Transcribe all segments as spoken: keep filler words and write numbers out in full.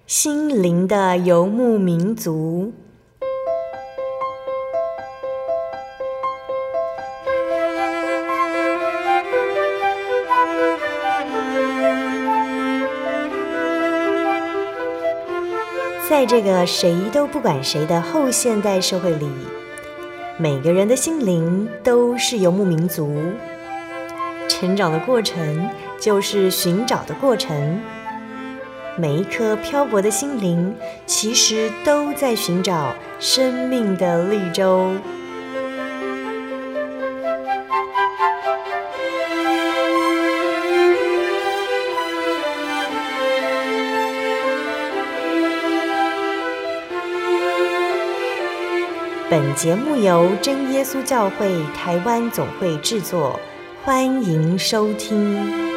心灵的游牧民族。在这个谁都不管谁的后现代社会里，每个人的心灵都是游牧民族。成长的过程就是寻找的过程，每一颗漂泊的心灵其实都在寻找生命的绿洲。本节目由真耶稣教会台湾总会制作，欢迎收听。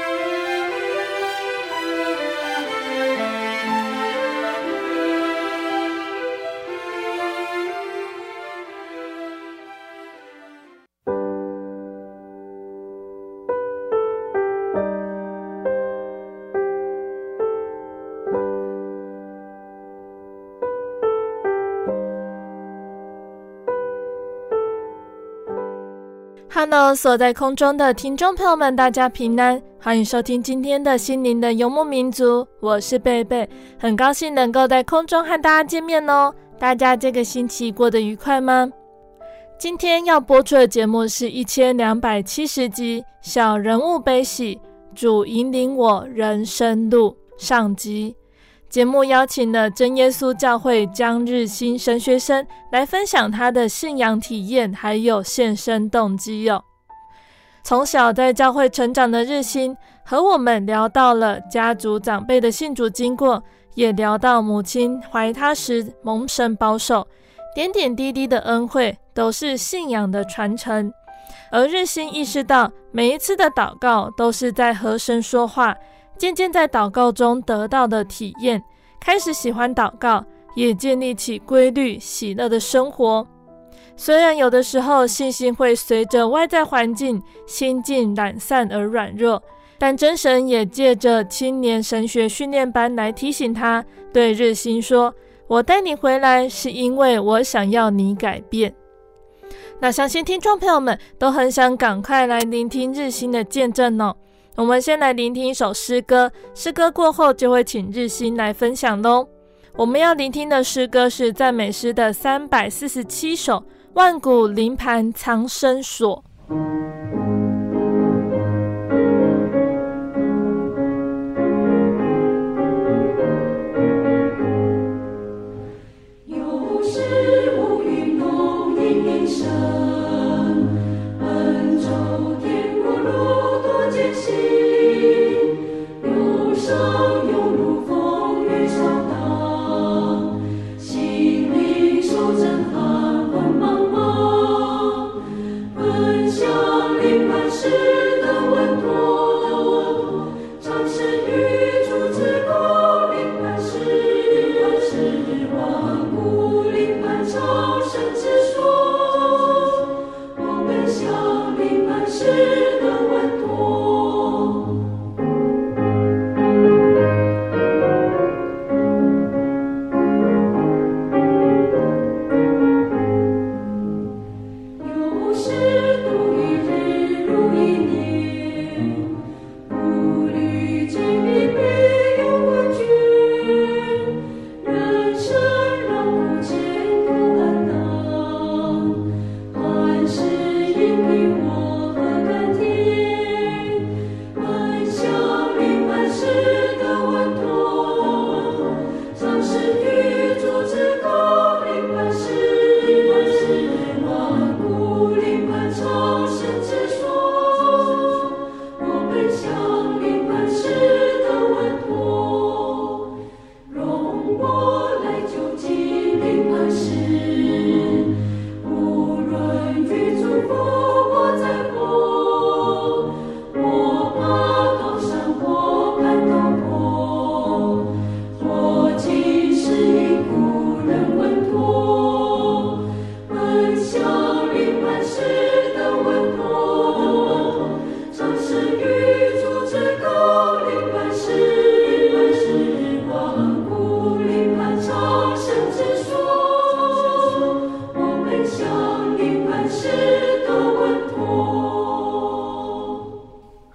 Hello， 所在空中的听众朋友们，大家平安，欢迎收听今天的心灵的游牧民族，我是贝贝，很高兴能够在空中和大家见面哦。大家这个星期过得愉快吗？今天要播出的节目是一千两百七十集小人物悲喜，主引领我人生路上集。节目邀请了真耶稣教会江日新神学生来分享他的信仰体验还有献身动机哦。从小在教会成长的日新和我们聊到了家族长辈的信主经过，也聊到母亲怀他时蒙神保守，点点滴滴的恩惠都是信仰的传承。而日新意识到每一次的祷告都是在和神说话，渐渐在祷告中得到的体验，开始喜欢祷告，也建立起规律喜乐的生活。虽然有的时候信心会随着外在环境心境懒散而软弱，但真神也借着青年神学训练班来提醒他，对日新说，我带你回来是因为我想要你改变。那相信听众朋友们都很想赶快来聆听日新的见证哦。我们先来聆听一首诗歌，诗歌过后就会请日新来分享咯。我们要聆听的诗歌是赞美诗的三百四十七首，万古灵盘藏身所。 有时无云浓阴阴深，恩州天国路多艰辛，路上有如风雨扫荡，心里受震撼魂茫茫，奔向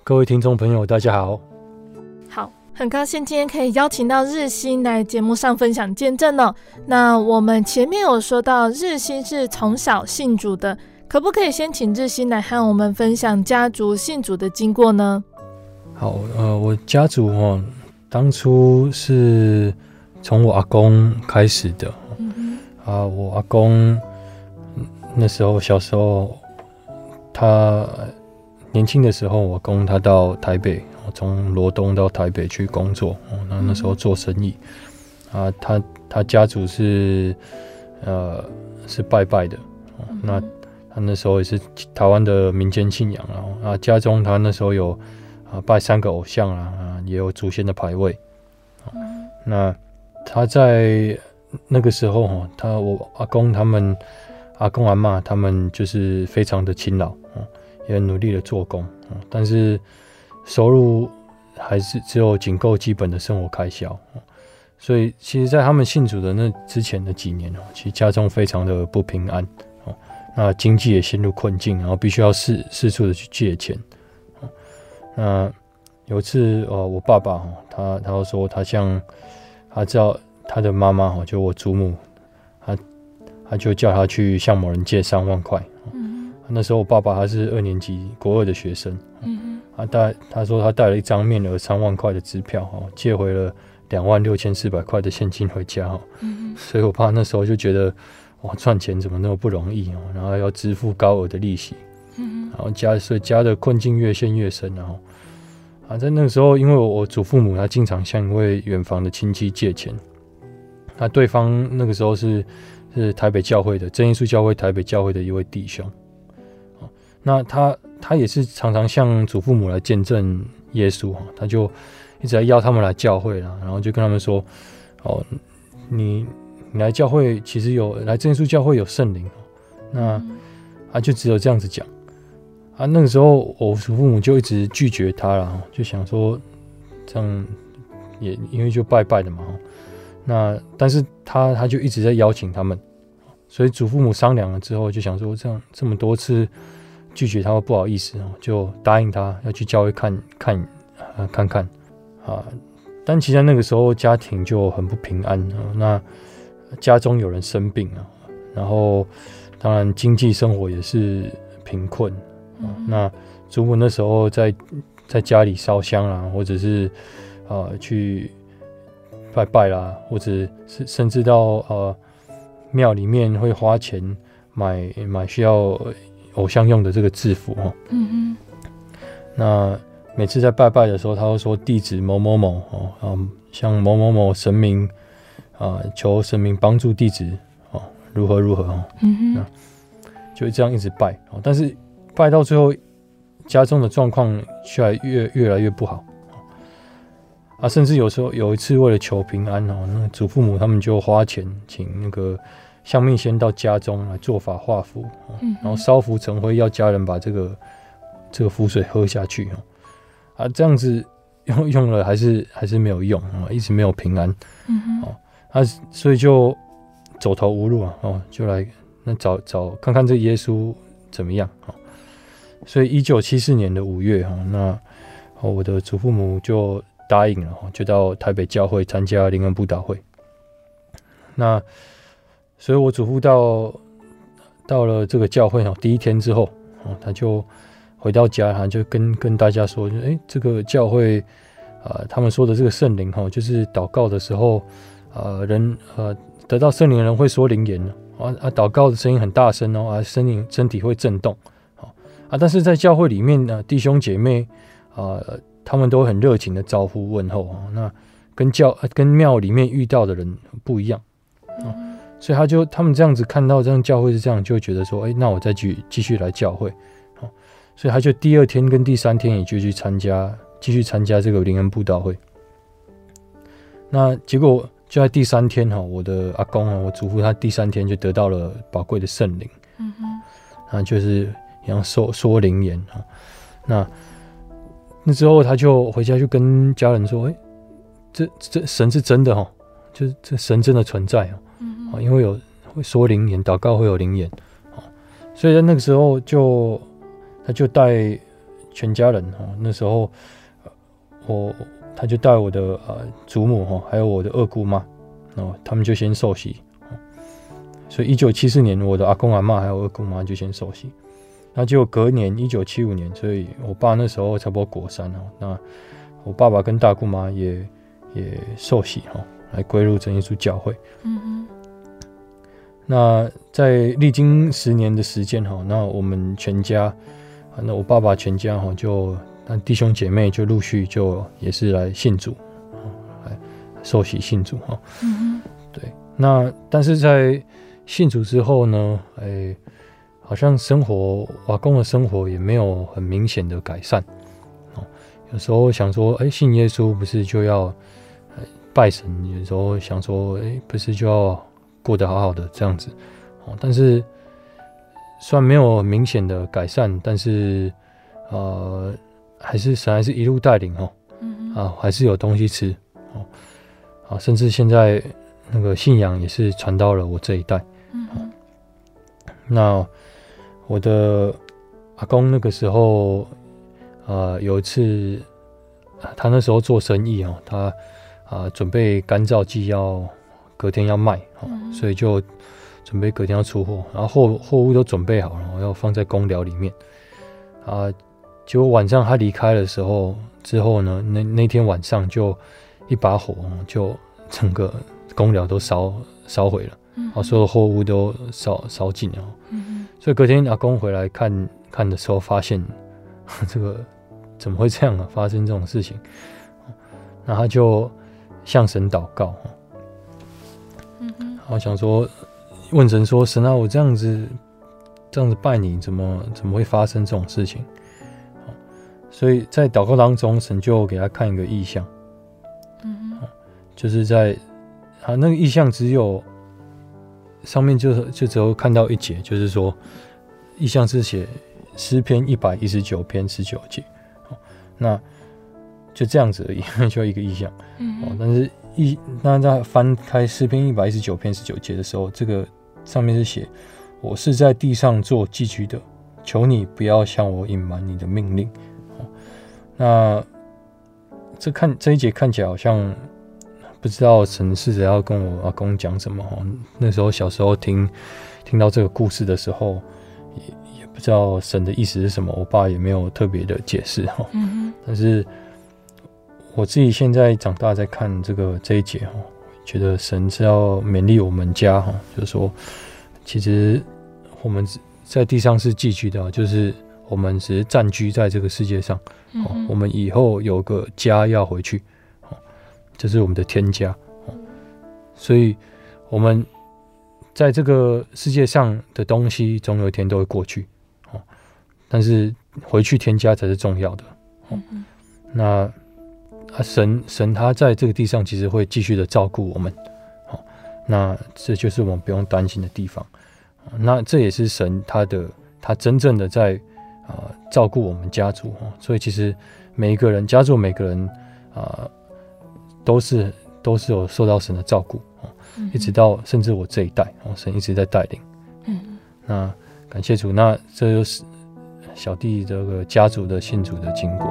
各位听众朋友，大家好。 好，很高兴今天可以邀请到日新来节目上分享见证哦。那我们前面有说到日新是从小信主的，可不可以先请日新来和我们分享家族信主的经过呢？ 好，呃，我家族哦，当初是从我阿公开始的。嗯啊，我阿公那时候小时候，他年轻的时候，我阿公他到台北，从罗东到台北去工作，那那时候做生意。啊，他他家族是呃是拜拜的，那他那时候也是台湾的民间信仰啊。家中他那时候有啊拜三个偶像啊，也有祖先的牌位。那他在那个时候，他我阿公他们阿公阿嬷他们就是非常的勤劳，也很努力的做工，但是收入还是只有仅够基本的生活开销。所以其实在他们信主的那之前的几年，其实家中非常的不平安，那经济也陷入困境，然后必须要四四处的去借钱。那有一次我爸爸他他说他向他知道他的妈妈就我祖母，他他就叫他去向某人借三万块。嗯、那时候我爸爸他是二年级国二的学生。嗯、他带他说他带了一张面额三万块的支票，借回了两万六千四百块的现金回家。嗯、所以我爸那时候就觉得哇，赚钱怎么那么不容易，然后要支付高额的利息。嗯、然后家所以家的困境越陷越深。然后啊，在那个时候，因为我我祖父母他经常向一位远房的亲戚借钱。那对方那个时候是是台北教会的真耶稣教会台北教会的一位弟兄，那他他也是常常向祖父母来见证耶稣，他就一直在邀他们来教会啦，然后就跟他们说，哦，你你来教会其实有来真耶稣教会有圣灵，那他就只有这样子讲啊。那个时候我祖父母就一直拒绝他啦，就想说这样也因为就拜拜的嘛。那但是他他就一直在邀请他们，所以祖父母商量了之后，就想说这样这么多次拒绝他不好意思，就答应他要去教会看看、呃、看看啊。但其实那个时候家庭就很不平安，啊、那家中有人生病啊，然后当然经济生活也是贫困，啊嗯、那祖母那时候在在家里烧香啦，或者是呃去拜拜啦，或者是甚至到呃庙里面会花钱买买需要偶像用的这个制服哦。嗯那每次在拜拜的时候，他会说弟子某某某哦，嗯，向某某某神明啊、呃，求神明帮助弟子哦，如何如何哦。嗯那就这样一直拜哦，但是拜到最后，家中的状况越来越越来越不好。啊，甚至有时候有一次为了求平安哦，那祖父母他们就花钱请那个香蜜仙到家中来做法化符，哦嗯、然后烧符成灰，要家人把这个这个符水喝下去哦。啊，这样子用用了还是还是没有用啊，一直没有平安。嗯、哦，啊，所以就走投无路啊，哦，就来那找找看看这耶稣怎么样啊。所以一九七四年的五月哈，那、哦、我的祖父母就答应了，就到台北教会参加灵恩布道会。那所以我祖父到到了这个教会第一天之后，他就回到家，他就跟跟大家说，哎，这个教会啊、呃，他们说的这个圣灵就是祷告的时候，呃，人呃得到圣灵的人会说灵言啊啊，祷告的声音很大声哦啊，身体身体会震动啊，但是在教会里面呢，弟兄姐妹啊。呃他们都很热情的招呼问候，那跟教跟庙里面遇到的人不一样，嗯、所以他就他们这样子看到这样教会是这样，就会觉得说，哎，那我再继继续来教会，所以他就第二天跟第三天也就去参加，继续参加这个灵恩布道会。那结果就在第三天哈，我的阿公我祖父他第三天就得到了宝贵的圣灵，嗯哼，那就是像说说灵言哈，那。那之后他就回家就跟家人说，哎，这这神是真的哈，就是这神真的存在哦，嗯、因为有会说灵言，祷告会有灵言，所以在那个时候就他就带全家人哦，那时候我他就带我的呃祖母哦，还有我的二姑妈哦，他们就先受洗。所以一九七四年，我的阿公阿嬷还有二姑妈就先受洗。那结果隔年一九七五年，所以我爸那时候差不多国三哦，那我爸爸跟大姑妈也也受洗哦，来归入真耶稣教会。嗯哼。那在历经十年的时间哈，那我们全家，那我爸爸全家哈，就那弟兄姐妹就陆续就也是来信主，来受洗信主哈。嗯哼。对，那但是在信主之后呢，哎、欸，好像生活阿公的生活也没有很明显的改善。哦，有时候想说，哎、欸，信耶稣不是就要、欸、拜神？有时候想说，哎、欸，不是就要过得好好的这样子。哦，但是虽然没有很明显的改善，但是呃，还是神还是一路带领哦，嗯、啊，还是有东西吃哦，啊，甚至现在那个信仰也是传到了我这一代。嗯，那我的阿公那个时候，呃，有一次，他那时候做生意哦，他啊、呃、准备干燥剂要隔天要卖哦，嗯、所以就准备隔天要出货，然后货货物都准备好了，然后要放在公寮里面啊。结果晚上他离开的时候之后呢，那那天晚上就一把火就整个公寮都烧烧毁了。然后所有的货物都烧烧尽了，嗯、所以隔天阿公回来看看的时候，发现这个怎么会这样啊？发生这种事情，那他就向神祷告，嗯、然后想说问神说：“神啊，我这样子这样子拜你，怎么怎么会发生这种事情？”所以在祷告当中，神就给他看一个异象，嗯、就是在啊那个异象只有。上面就就只有看到一节，就是说，异象是写诗篇一百一十九篇十九节，那就这样子而已，就一个异象。嗯、哦，但是一那在翻开诗篇一百一十九篇十九节的时候，这个上面是写：我是在地上做寄居的，求你不要向我隐瞒你的命令。哦，那这看这一节看起来好像。不知道神试着要跟我阿公讲什么。那时候小时候听听到这个故事的时候，也也不知道神的意思是什么，我爸也没有特别的解释。嗯、但是我自己现在长大在看这个这一节，觉得神是要勉励我们家，就是说，其实我们在地上是寄居的，就是我们只是暂居在这个世界上，嗯、我们以后有个家要回去。这是我们的天家，所以我们在这个世界上的东西总有一天都会过去，但是回去天家才是重要的。嗯、那啊神神他在这个地上其实会继续的照顾我们，那这就是我们不用担心的地方。那这也是神他的他真正的在、呃、照顾我们家族，所以其实每一个人家族每个人啊。呃都是都是有受到神的照顾，嗯、一直到甚至我这一代，神一直在带领。嗯，那感谢主，那这就是小弟这个家族的信主的经过。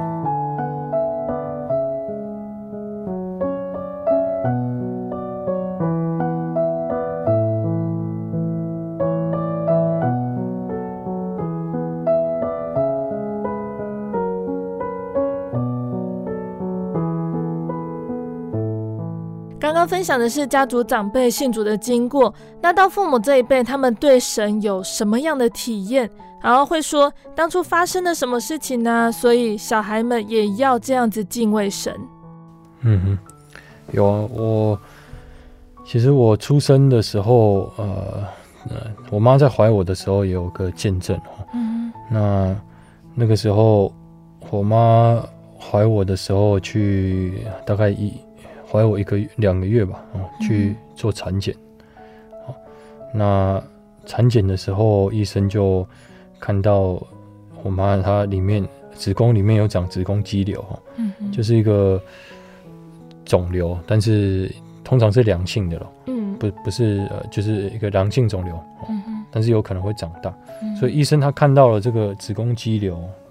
刚刚分享的是家族长辈信主的经过，那到父母这一辈，他们对神有什么样的体验？然后会说当初发生了什么事情呢？所以小孩们也要这样子敬畏神。 嗯哼，有啊，我其实我出生的时候，呃，呃我妈在怀我的时候也有个见证哦。嗯，那那个时候我妈怀我的时候去大概一。怀我一个两个月吧，哦，去做产检，哦，那产检的时候，医生就看到我妈她里面子宫里面有长子宫肌瘤，嗯，就是一个肿瘤，但是通常是良性的咯，嗯，不不是呃，就是一个良性肿瘤，嗯，但是有可能会长大，嗯，所以医生他看到了这个子宫肌瘤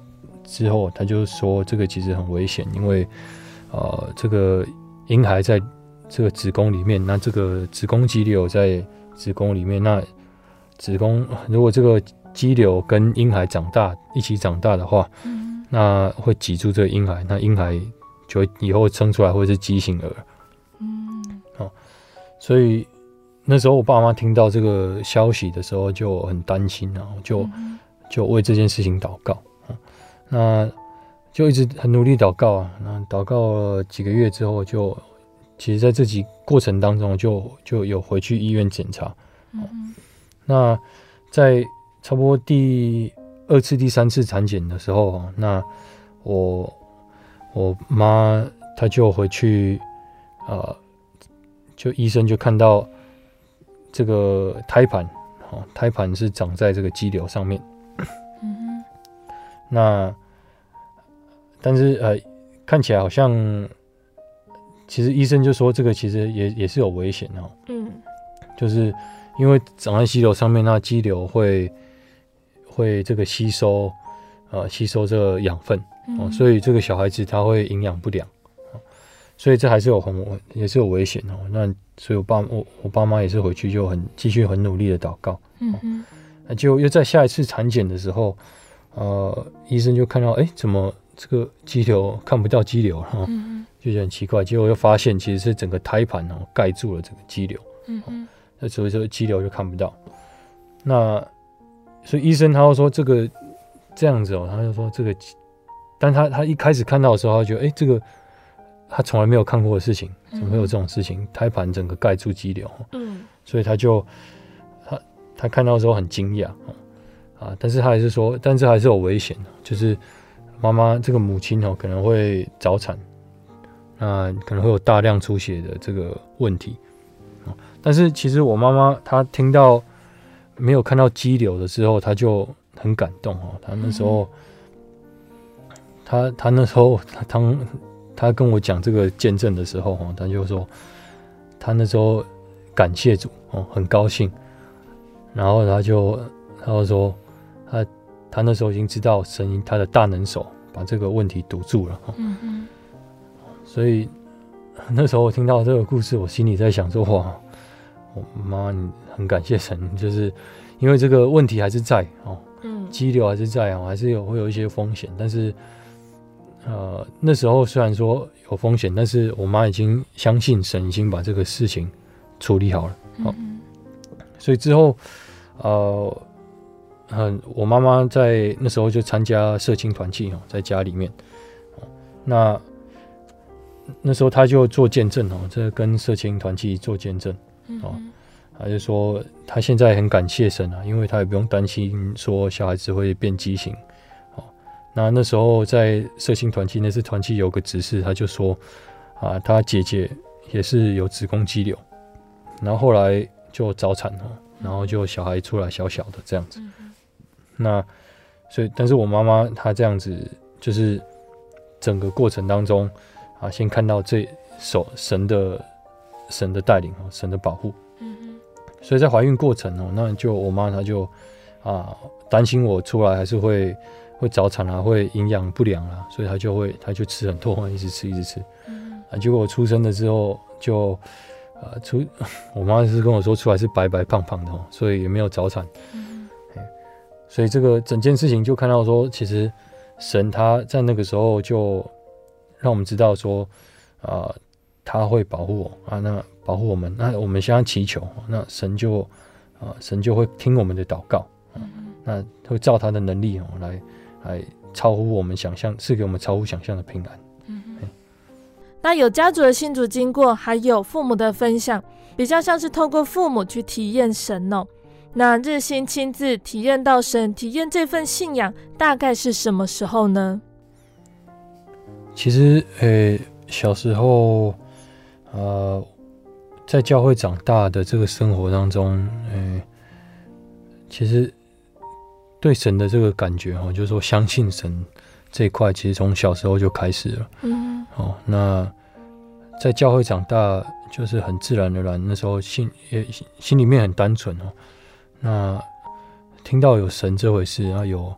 之后，他就说这个其实很危险，因为呃这个婴孩在这个子宫里面，那这个子宫肌瘤在子宫里面，那子宫如果这个肌瘤跟婴孩长大一起长大的话，嗯、那会挤住这个婴孩，那婴孩就会以后生出来会是畸形儿。嗯，哦，所以那时候我爸妈听到这个消息的时候就很担心，然后就、嗯、就为这件事情祷告。哦、那就一直很努力祷告啊，那祷告了几个月之后就，其实在这几过程当中就就有回去医院检查。哦、嗯，那在差不多第二次、第三次产检的时候，那我我妈她就回去，呃，就医生就看到这个胎盘，哦，胎盘是长在这个肌瘤上面。嗯哼。那但是呃，看起来好像，其实医生就说这个其实也也是有危险哦。嗯。就是因为长在肌瘤上面，那肌瘤会。会这个吸收，呃，吸收这个养分，哦，嗯、所以这个小孩子他会营养不良，哦，所以这还是有很也是有危险哦。那所以我爸我我爸妈也是回去就很继续很努力的祷告，嗯嗯，那就又在下一次产检的时候，呃，医生就看到，哎，怎么这个肌瘤看不到肌瘤，哦，嗯、就觉得很奇怪，结果又发现其实是整个胎盘哦盖住了这个肌瘤，嗯嗯，那所以说肌瘤就看不到，那。所以医生他就说这个这样子哦，他就说这个，但他他一开始看到的时候，他觉得哎、欸，这个他从来没有看过的事情，怎么会有这种事情？胎盘整个盖住肌瘤，嗯，所以他就他他看到的时候很惊讶啊，但是他还是说，但这还是有危险的，就是妈妈这个母亲哦可能会早产，那可能会有大量出血的这个问题，但是其实我妈妈她听到。没有看到肌瘤的时候，他就很感动哦。他那时候，嗯、他他那时候他他他跟我讲这个见证的时候哦，他就说他那时候感谢主哦，很高兴。然后他就他就说他他那时候已经知道神他的大能手把这个问题堵住了哦。嗯嗯。所以那时候我听到这个故事，我心里在想说哇。我妈，你很感谢神，就是因为这个问题还是在哦，嗯，肌瘤还是在哦，还是有会有一些风险，但是呃那时候虽然说有风险，但是我妈已经相信神已经把这个事情处理好了，哦，嗯，所以之后呃，嗯，我妈妈在那时候就参加社青团契哦，在家里面，哦，那那时候她就做见证哦，这跟社青团契做见证。哦，他就说他现在很感谢神啊，因为他也不用担心说小孩子会变畸形。哦，那那时候在社青团契，那次团契有个执事，他就说啊，他姐姐也是有子宫肌瘤，然后后来就早产哦，然后就小孩出来小小的这样子。嗯、那所以，但是我妈妈她这样子，就是整个过程当中啊，先看到这手神的。神的带领哦，神的保护，嗯哼，所以在怀孕过程哦，那就我妈她就啊担心我出来还是会会早产啊，会营养不良啊，所以她就会她就吃很多，一直吃一直吃，嗯啊，结果我出生了之后就啊出，我妈是跟我说出来是白白胖胖的哦，所以也没有早产，嗯，所以这个整件事情就看到说，其实神他在那个时候就让我们知道说啊。他会保护我啊，那保护我们，那我们向他祈求，那神就啊，神就会听我们的祷告，啊、那会照他的能力哦，来来超乎我们想象，赐给我们超乎想象的平安。嗯、 那有家族的信主经过，还有父母的分享，比较像是透过父母去体验神哦。那日新亲自体验到神，体验这份信仰，大概是什么时候呢？ 其实，呃，小时候。呃，在教会长大的这个生活当中，欸、其实对神的这个感觉哦，就是说相信神这一块，其实从小时候就开始了。嗯，哦，那在教会长大，就是很自然而然，那时候心也心里面很单纯哦。那听到有神这回事，然后有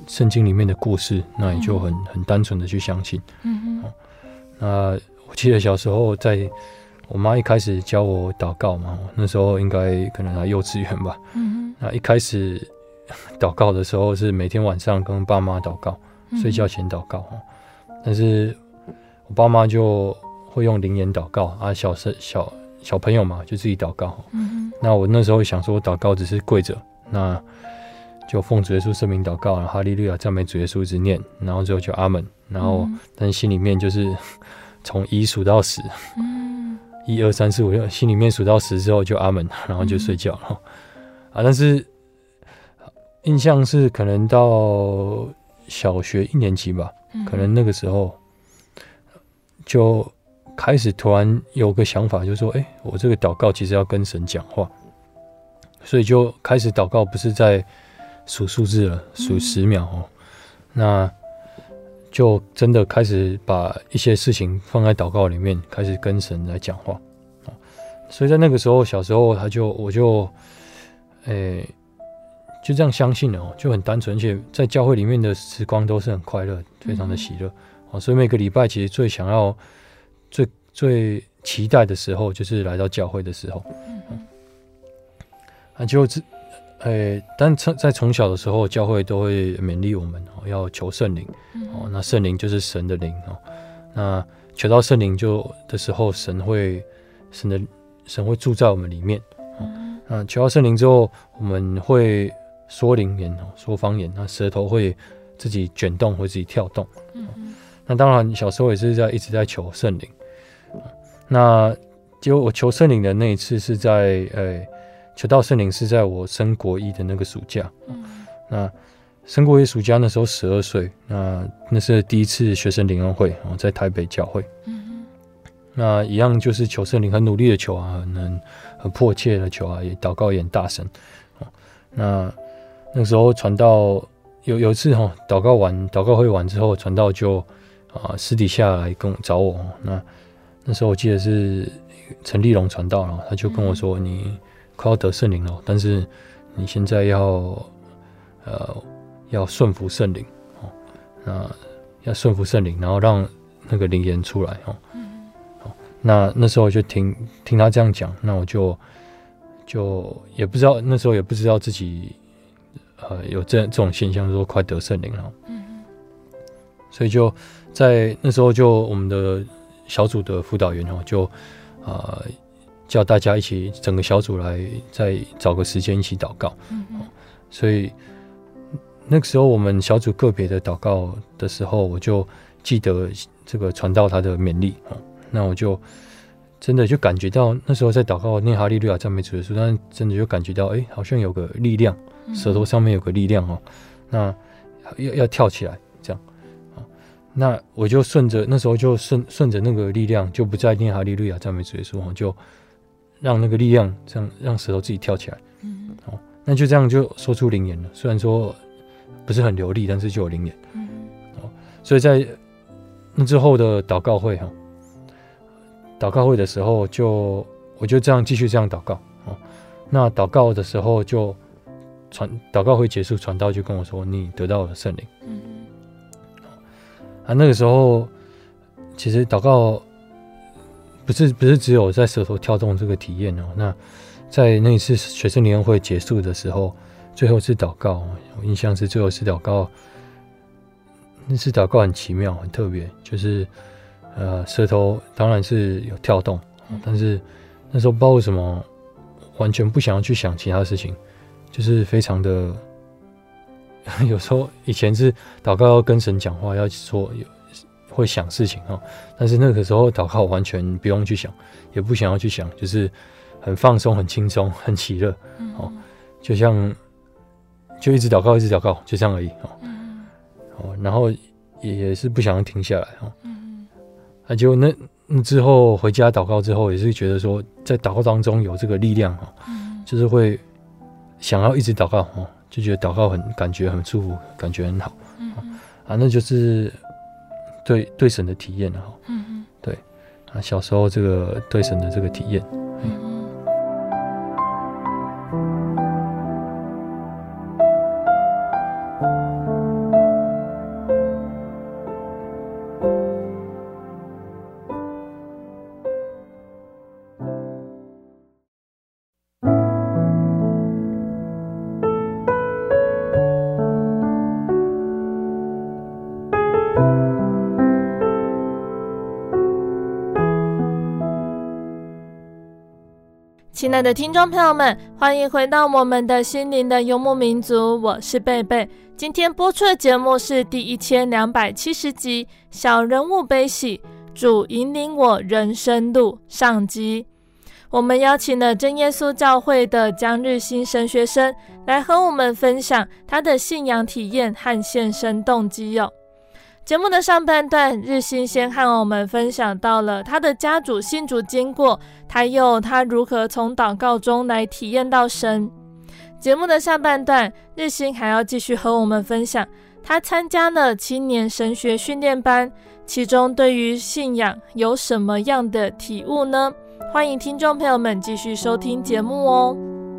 圣经里面的故事，那也就很很单纯的去相信。 嗯哦，那我记得小时候在我妈一开始教我祷告嘛，那时候应该可能还幼稚园吧。 嗯那一开始祷告的时候是每天晚上跟爸妈祷告，睡觉前祷告。但是我爸妈就会用灵言祷告啊，小小小朋友嘛就自己祷告。 嗯那我那时候想说祷告只是跪着，那就奉主耶稣圣名祷告，哈利路亚赞美主耶稣一直念，然后最后就阿门，然后、嗯、但是心里面就是从一数到十， 嗯， 一二三四五六，心里面数到十之后就阿门，然后就睡觉了、嗯、啊。但是印象是可能到小学一年级吧，嗯、可能那个时候就开始突然有个想法，就是说，哎、欸，我这个祷告其实要跟神讲话，所以就开始祷告，不是在数数字了，数十秒哦、嗯，那就真的开始把一些事情放在祷告里面，开始跟神来讲话。所以在那个时候，小时候他就我就，诶、欸，就这样相信了，就很单纯，而且在教会里面的时光都是很快乐，非常的喜乐。哦，所以每个礼拜其实最想要、最最期待的时候，就是来到教会的时候。嗯，啊，就这。欸、但在从小的时候，教会都会勉勵我們、哦、要求聖靈、嗯哦、那聖靈就是神的靈、哦、那求到聖靈就的時候，神會神的神會住在我們裡面、哦嗯、那求到聖靈之後，我們會說靈言、哦、說方言，那舌頭會自己捲動，會自己跳動、嗯哦、那當然小時候也是在一直在求聖靈、哦、那結果我求聖靈的那一次是在欸求到聖靈是在我升國一的那個暑假、嗯、那升國一暑假那時候十二歲，那那是第一次學生靈恩會，在台北教會、嗯、那一樣就是求聖靈，很努力的求啊，很很迫切的求啊，也禱告也很大聲。那那個時候傳道有有一次禱告完禱告會完之後，傳道就啊私底下來跟我找我，那那時候我記得是陳立榮傳道，然後他就跟我說、嗯、你快要得聖靈了，但是你現在要呃要順服聖靈、哦、那要順服聖靈，然後讓那個靈言出來、哦嗯哦、那那時候我就聽聽他這樣講，那我就就也不知道，那時候也不知道自己呃有這這種現象，說快得聖靈了、嗯，所以就在那時候就我們的小組的輔導員哦就呃叫大家一起整個小組來再找個時間一起禱告、嗯哦、所以那個時候我們小組個別的禱告的時候，我就記得這個傳道他的勉勵、哦、那我就真的就感覺到那時候在禱告念哈利路亞讚美主耶穌，但真的就感覺到哎，好像有個力量，舌頭上面有個力量、哦、那要要跳起來這樣、哦、那我就順着那時候就順順着那個力量，就不再念哈利路亞讚美主耶穌、哦、就讓那個力量這樣讓舌頭自己跳起來、嗯哦、那就這樣就說出靈言了，雖然說不是很流利，但是就有靈言、嗯哦、所以在那之後的禱告會、哦、禱告會的時候就我就這樣繼續這樣禱告、哦、那禱告的時候就傳禱告會結束，傳道就跟我說你得到了聖靈、嗯啊、那個時候其實禱告不是不是只有在舌頭跳動這個體驗哦，那在那一次學生聯會結束的時候，最後一次禱告，我印象是最後一次禱告，那次禱告很奇妙很特別，就是呃舌頭當然是有跳動，但是那時候不知道為什麼完全不想要去想其他事情，就是非常的有時候以前是禱告要跟神講話，要說有會想事情，但是那個時候禱告完全不用去想，也不想要去想，就是很放鬆很輕鬆很喜樂、嗯、就像就一直禱告一直禱告就這樣而已、嗯、然後也也是不想要停下來、嗯啊、就那那之後回家禱告之後也是覺得說在禱告當中有這個力量、嗯、就是會想要一直禱告，就覺得禱告很感覺很舒服，感覺很好、嗯啊、那就是對對神的體驗、嗯、對啊，小時候這個對神的這個體驗、嗯、 亲爱的听众朋友们，欢迎回到我们的心灵的游牧民族，我是贝贝。今天播出的节目是第一千两百七十集《小人物悲喜，主引领我人生路》上集。我们邀请了真耶稣教会的江日新神学生来和我们分享他的信仰体验和献身动机哦。节目的上半段，日新先和我们分享到了他的家主信主经过，还有他如何从祷告中来体验到神。节目的下半段，日新还要继续和我们分享他参加了青年神学训练班，其中对于信仰有什么样的体悟呢？欢迎听众朋友们继续收听节目哦。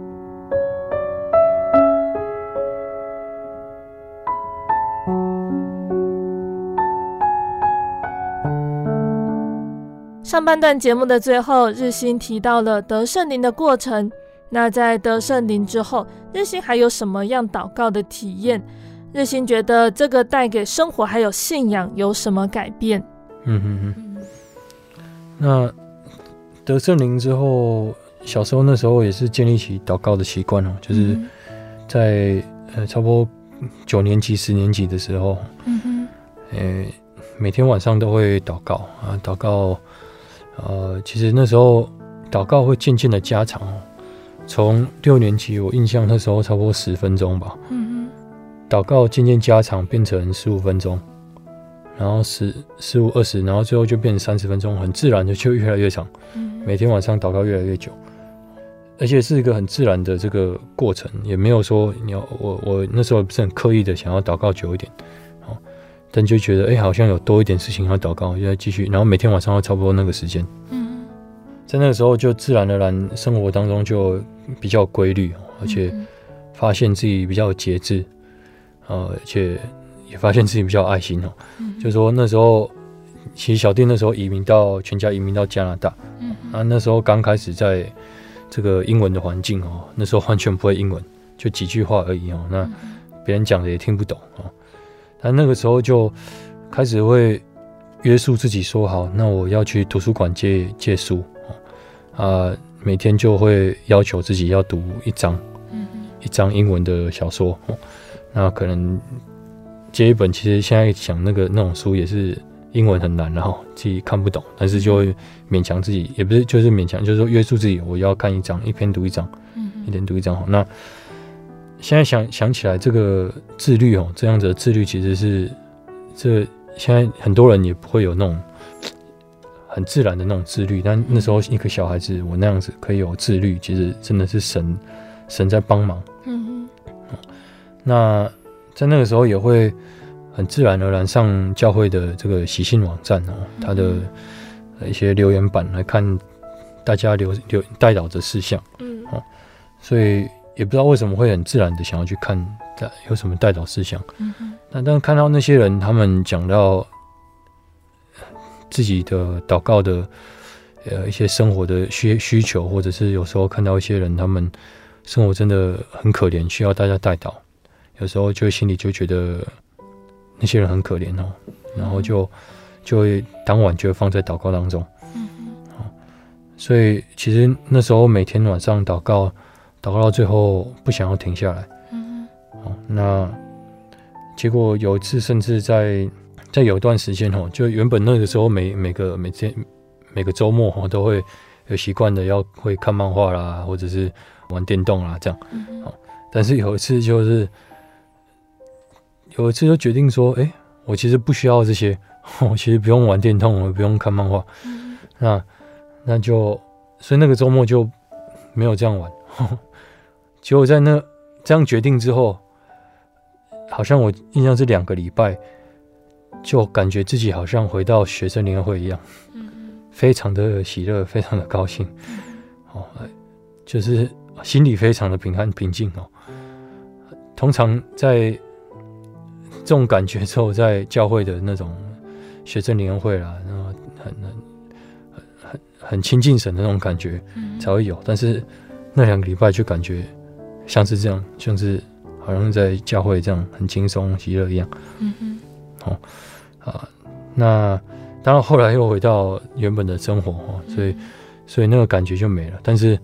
上半段节目的最后，日新提到了得圣灵的过程。那在得圣灵之后，日新还有什么样祷告的体验？日新觉得这个带给生活还有信仰有什么改变？ 嗯嗯嗯。那得圣灵之后，小时候那时候也是建立起祷告的习惯哦，就是在呃差不多九年级、十年级的时候，嗯哼，呃每天晚上都会祷告啊，祷告，呃，其实那时候祷告会渐渐的加长哦。从六年级，我印象那时候差不多十分钟吧，嗯哼，祷告渐渐加长，变成十五分钟。然后十、十五、二十，然后最后就变成三十分钟，很自然的就越来越长。嗯、每天晚上祷告越来越久，而且是一个很自然的这个过程，也没有说你要我我那时候不是很刻意的想要祷告久一点，哦，但就觉得哎、欸，好像有多一点事情要祷告，就要继续，然后每天晚上都差不多那个时间。嗯，在那个时候就自然而然生活当中就比较规律，而且发现自己比较有节制，呃，而且。也发现自己比较有爱心哦，嗯、就是说那时候，其实小弟那时候移民到全家移民到加拿大，嗯、啊那时候刚开始在这个英文的环境哦，那时候完全不会英文，就几句话而已哦，那别人讲的也听不懂哦，但那个时候就开始会约束自己说好，那我要去图书馆借借书哦，啊每天就会要求自己要读一章，嗯、一章英文的小说哦，那可能。借一本，其实现在想那个那种书也是英文很难，然后自己看不懂，但是就会勉强自己，也不是就是勉强，就是说约束自己，我要看一章，一篇读一章，嗯、一天读一章。那现在想想起来，这个自律哦，这样子的自律其实是这现在很多人也不会有那种很自然的那种自律，但那时候一个小孩子我那样子可以有自律，其实真的是神神在帮忙。嗯哼，那。在那个时候也会很自然而然上教会的这个喜信网站哦，它的一些留言板来看大家留留代祷的事项，嗯，哦，所以也不知道为什么会很自然的想要去看有什么代祷事项，嗯，那但看到那些人他们讲到自己的祷告的呃一些生活的需需求，或者是有时候看到一些人他们生活真的很可怜，需要大家代祷。有时候就心里就觉得那些人很可怜哦，然后就就会当晚就会放在祷告当中，嗯哦，所以其实那时候每天晚上祷告，祷告到最后不想要停下来，嗯哦，那结果有一次甚至在在有一段时间哦，就原本那个时候每每个每天每个周末哦都会有习惯的要会看漫画啦，或者是玩电动啦这样，嗯哦，但是有一次就是。有一次就决定说，哎、欸，我其实不需要这些，我其实不用玩电动，我不用看漫画，嗯、那那就所以那个周末就没有这样玩。结果在那这样决定之后，好像我印象是两个礼拜，就感觉自己好像回到学生联合会一样，嗯、非常的喜乐，非常的高兴，哦，就是心里非常的平安平静哦。通常在这种感觉之后，在教会的那种学生联合会啦，然后很很很很亲近神的那种感觉才会有。但是那两个礼拜就感觉像是这样，像是好像在教会这样很轻松喜乐一样。嗯哼，哦啊，那当然后来又回到原本的生活哦，所以所以那个感觉就没了。但是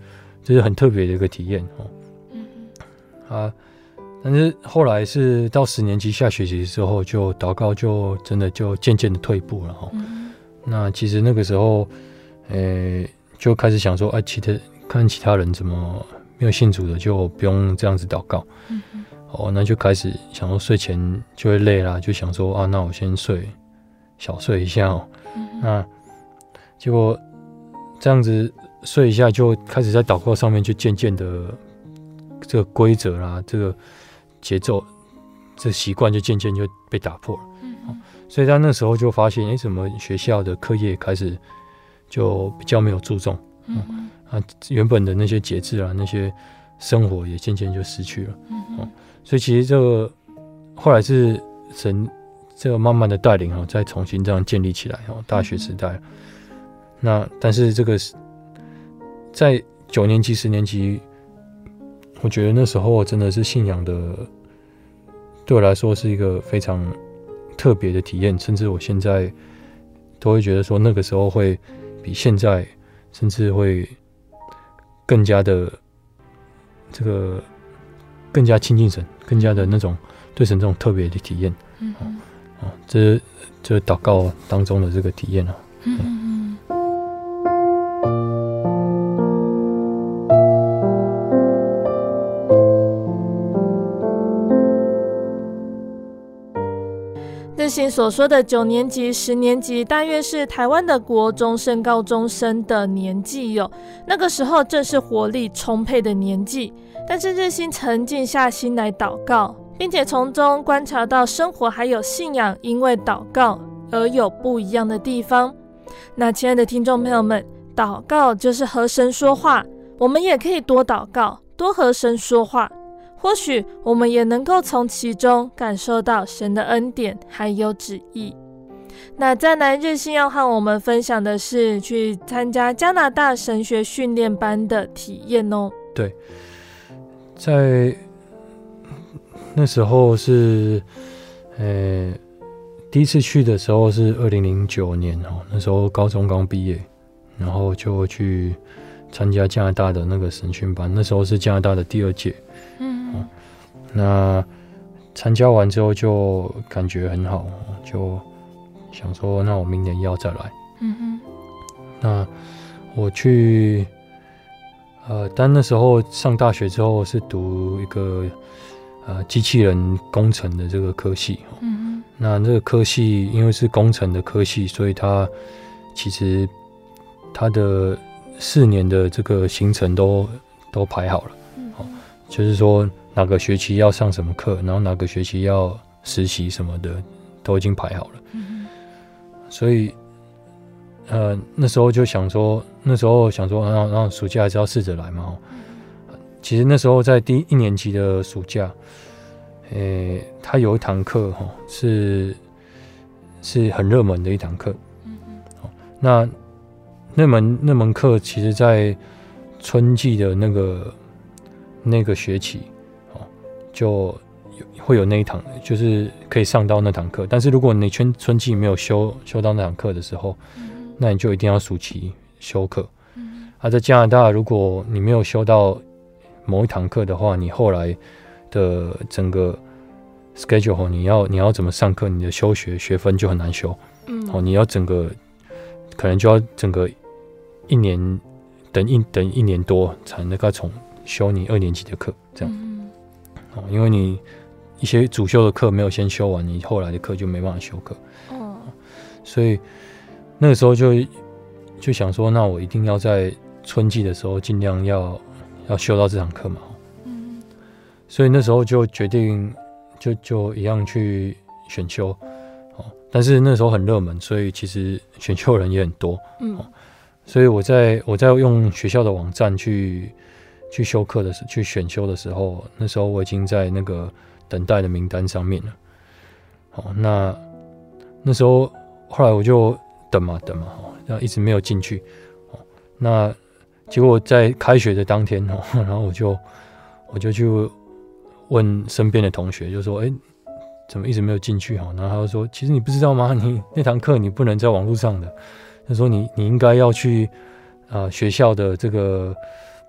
这是很特别的一个体验哦。啊，但是后来是到十年级下学期之后，就祷告就真的就渐渐的退步了哈、嗯。那其实那个时候，呃，就开始想说，哎、啊，其他看其他人怎么没有信主的，就不用这样子祷告。嗯、哦，那就开始想说睡前就会累啦，就想说啊，那我先睡，小睡一下哦。嗯、那结果这样子睡一下，就开始在祷告上面就渐渐的。这个规则啦，这个节奏，这习惯就渐渐就被打破了。嗯哦、所以他那时候就发现，哎，怎么学校的课业开始就比较没有注重，嗯嗯、啊，原本的那些节制啊，那些生活也渐渐就失去了。嗯哦、所以其实这个后来是神这个慢慢的带领哦，再重新这样建立起来哦，大学时代。嗯、那但是这个在九年级、十年级。我觉得那时候真的是信仰的，对我来说是一个非常特别的体验，甚至我现在都会觉得说，那个时候会比现在甚至会更加的这个更加亲近神，更加的那种对神这种特别的体验。嗯、哦，这这祷告当中的这个体验啊。嗯嗯日新所说的九年级、十年级，大约是台湾的国中升高中生的年纪哟、哦。那个时候正是活力充沛的年纪，但是日新曾静下心来祷告，并且从中观察到生活还有信仰因为祷告而有不一样的地方。那亲爱的听众朋友们，祷告就是和神说话，我们也可以多祷告，多和神说话。或许我们也能够从其中感受到神的恩典还有旨意。那再来，日新要和我们分享的是去参加加拿大神学训练班的体验哦。 对，在那时候是，呃，第一次去的时候是二零零九年哦，那时候高中刚毕业，然后就去参加加拿大的那个神训班，那时候是加拿大的第二届。嗯、哦，那参加完之后就感觉很好，就想说，那我明年要再来。嗯哼。那我去，呃，但那时候上大学之后是读一个呃机器人工程的这个科系。嗯哼。那这个科系因为是工程的科系，所以它其实它的四年的这个行程都都排好了。就是说哪个学期要上什么课，然后哪个学期要实习什么的，都已经排好了。嗯、所以，呃，那时候就想说，那时候想说，然后然后暑假还是要试着来嘛。嗯、其实那时候在第一年级的暑假，诶、欸，他有一堂课哈，是是很热门的一堂课。嗯、那那门那门课，其实在春季的那个。那个学期，哦，就会有那一堂，就是可以上到那堂课。但是如果你春春季没有修修到那堂课的时候，嗯、那你就一定要暑期修课。嗯、啊，在加拿大，如果你没有修到某一堂课的话，你后来的整个 schedule， 你要你要怎么上课，你的修学学分就很难修。嗯，哦，你要整个可能就要整个一年等一等一年多才能够从。修你二年级的课，这样、嗯哦，因为你一些主修的课没有先修完，你后来的课就没办法修课。哦，所以那个时候就就想说，那我一定要在春季的时候尽量要要修到这堂课嘛。嗯，所以那时候就决定就就一样去选修。哦，但是那时候很热门，所以其实选修人也很多。嗯，哦、所以我在我在用学校的网站去。去修课的时候，去选修的时候，那时候我已经在那个等待的名单上面了。好，那那时候后来我就等嘛等嘛，然后一直没有进去。那结果在开学的当天，然后我就我就去问身边的同学，就说：“哎、欸，怎么一直没有进去？”然后他就说：“其实你不知道吗？你那堂课你不能在网络上的。他说你你应该要去啊、呃、学校的这个。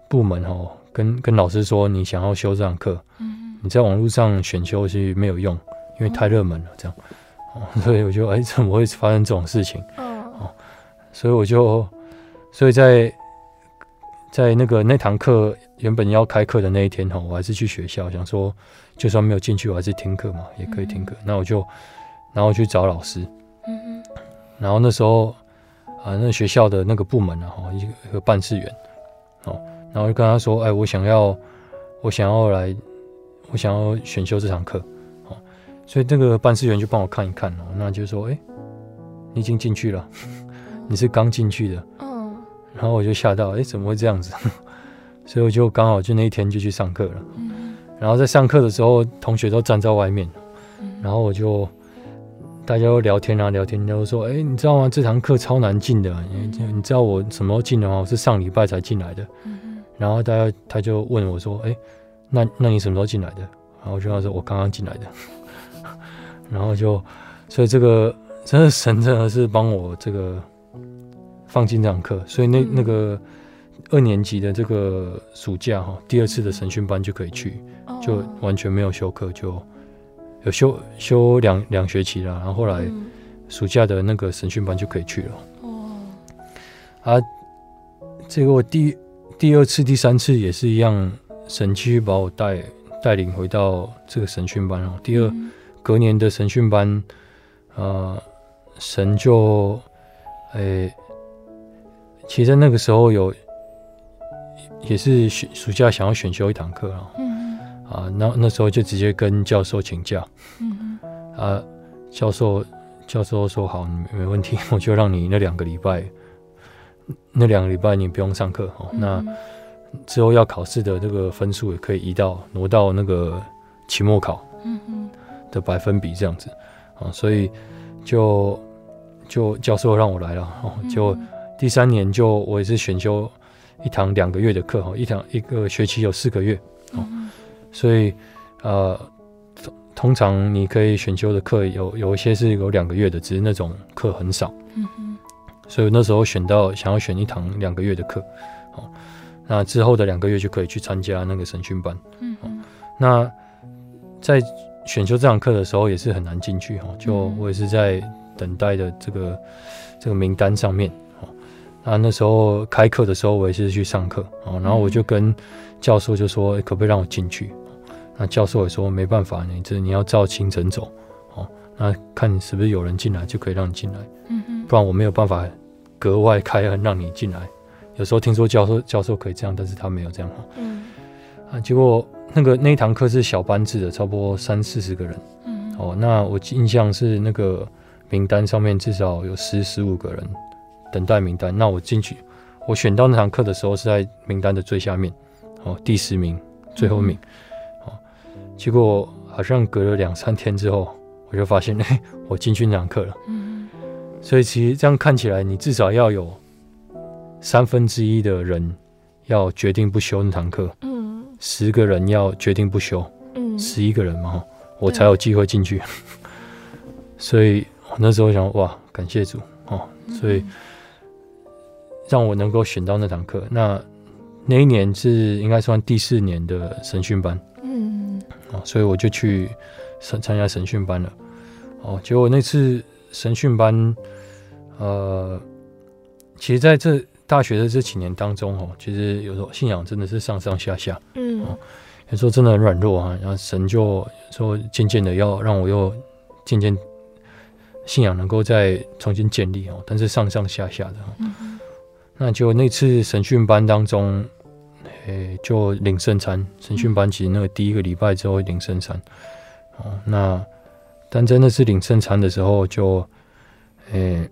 部门哦，跟跟老师说你想要修这堂课，嗯，你在网络上选修是没有用，因为太热门了，这样，哦，所以我就哎，怎么会发生这种事情？哦，所以我就，所以在在那个那堂课原本要开课的那一天哈，我还是去学校，想说就算没有进去，我还是听课嘛，也可以听课。那我就然后去找老师，嗯，然后那时候啊，那学校的那个部门啊，一个一个办事员，哦，然后就跟他说，哎，我想要我想要来，我想要选修这堂课，哦，所以那个办事员就帮我看一看哦，那就说，哎，你已经进去了，你是刚进去的，嗯，然后我就吓到，哎，怎么会这样子？所以我就刚好就那一天就去上课了，嗯，然后在上课的时候，同学都站在外面，嗯，然后我就大家都聊天啊聊天，然后说，哎，你知道吗？这堂课超难进的，你你知道我什么时候进的吗？我是上礼拜才进来的，嗯，然后大家他就问我说，哎，那那你什么时候进来的？然后我就跟他说，我刚刚进来的，然后就所以这个真的神真的是帮我这个放进这堂课，所以那那个。二年级的这个暑假哈，第二次的神训班就可以去，就完全没有休课，就有休休两两学期了。然后后来暑假的那个神训班就可以去了。哦，啊，这个我第第二次、第三次也是一样，神继续把我带带领回到这个神训班哦。第二隔年的神训班，呃，神就诶，其实那个时候有。也是暑假想要选修一堂课啊，嗯，啊，那那时候就直接跟教授请假，嗯，啊，教授教授说好，没问题，我就让你那两个礼拜，那两个礼拜你不用上课哦，嗯，那之后要考试的这个分数也可以移到挪到那个期末考，嗯的百分比这样子，啊，所以就就教授让我来了，哦，就第三年就我也是选修。一堂两个月的课，一堂一个学期有四个月，嗯，所以呃，通常你可以选修的课有有一些是有两个月的，只是那种课很少，嗯，所以那时候选到想要选一堂两个月的课，哦，那之后的两个月就可以去参加那个神训班，嗯，那在选修这堂课的时候也是很难进去，就我也是在等待的这个这个名单上面。啊，那时候开课的时候，我也是去上课，哦，然后我就跟教授就说，欸，可不可以让我进去？那教授也说没办法，你这你要照行程走，哦，那看是不是有人进来就可以让你进来，嗯，不然我没有办法格外开恩让你进来。有时候听说教授教授可以这样，但是他没有这样，嗯，啊，结果那个那一堂课是小班制的，差不多三四十个人，嗯，哦，那我印象是那个名单上面至少有十十五个人。等待名单，那我进去，我选到那堂课的时候是在名单的最下面，哦，第十名，最后一名，哦，结果好像隔了两三天之后，我就发现，哎，欸，我进去那堂课了，嗯，所以其实这样看起来，你至少要有三分之一的人要决定不修那堂课，嗯，十个人要决定不修，嗯，十一个人嘛，我才有机会进去，所以我那时候想，哇，感谢主，哦，所以。让我能够选到那堂课，那那一年是应该算第四年的神训班，嗯，哦，所以我就去参加神训班了，哦，结果那次神训班，呃，其实在这大学的这几年当中，哦，其实有时候信仰真的是上上下下，嗯，哦，有时候真的很软弱啊，然后神就说渐渐的要让我又渐渐信仰能够再重新建立哦，但是上上下下的，嗯。那就那次神训班当中，诶，就领圣餐。神训班其实那个第一个礼拜之后会领圣餐，哦，那但真的是领圣餐的时候就，诶，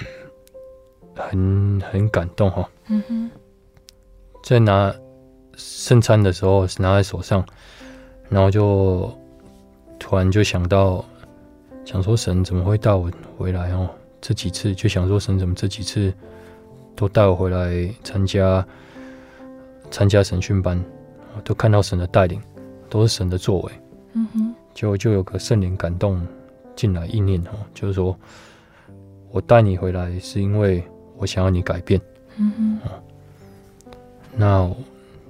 很很感动哈。嗯哼，在拿圣餐的时候拿在手上，然后就突然就想到，想说神怎么会带我回来哦？这几次就想说神怎么这几次。都带我回来参加参加神训班，都看到神的带领，都是神的作为，嗯哼，就就有个圣灵感动进来意念哦，就是说我带你回来是因为我想要你改变，嗯哼，那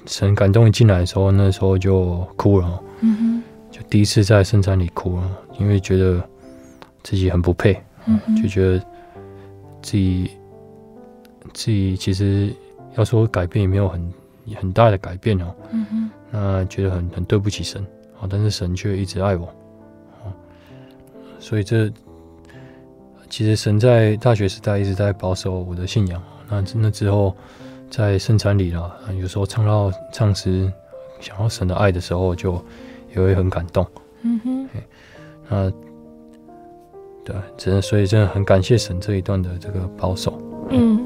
神感动一进来的时候，那时候就哭了、哦， 嗯哼， 就第一次在圣餐里哭了，因为觉得自己很不配， 嗯哼， 就觉得自己自己其实要说改变也没有很很大的改变哦， 嗯哼， 那觉得很很对不起神啊，但是神却一直爱我，哦，所以这其实神在大学时代一直在保守我的信仰，那那之后在圣餐里啦，有时候唱到唱诗想到神的爱的时候，就也会很感动， 嗯哼， 那对，真的，所以真的很感谢神这一段的这个保守。 嗯。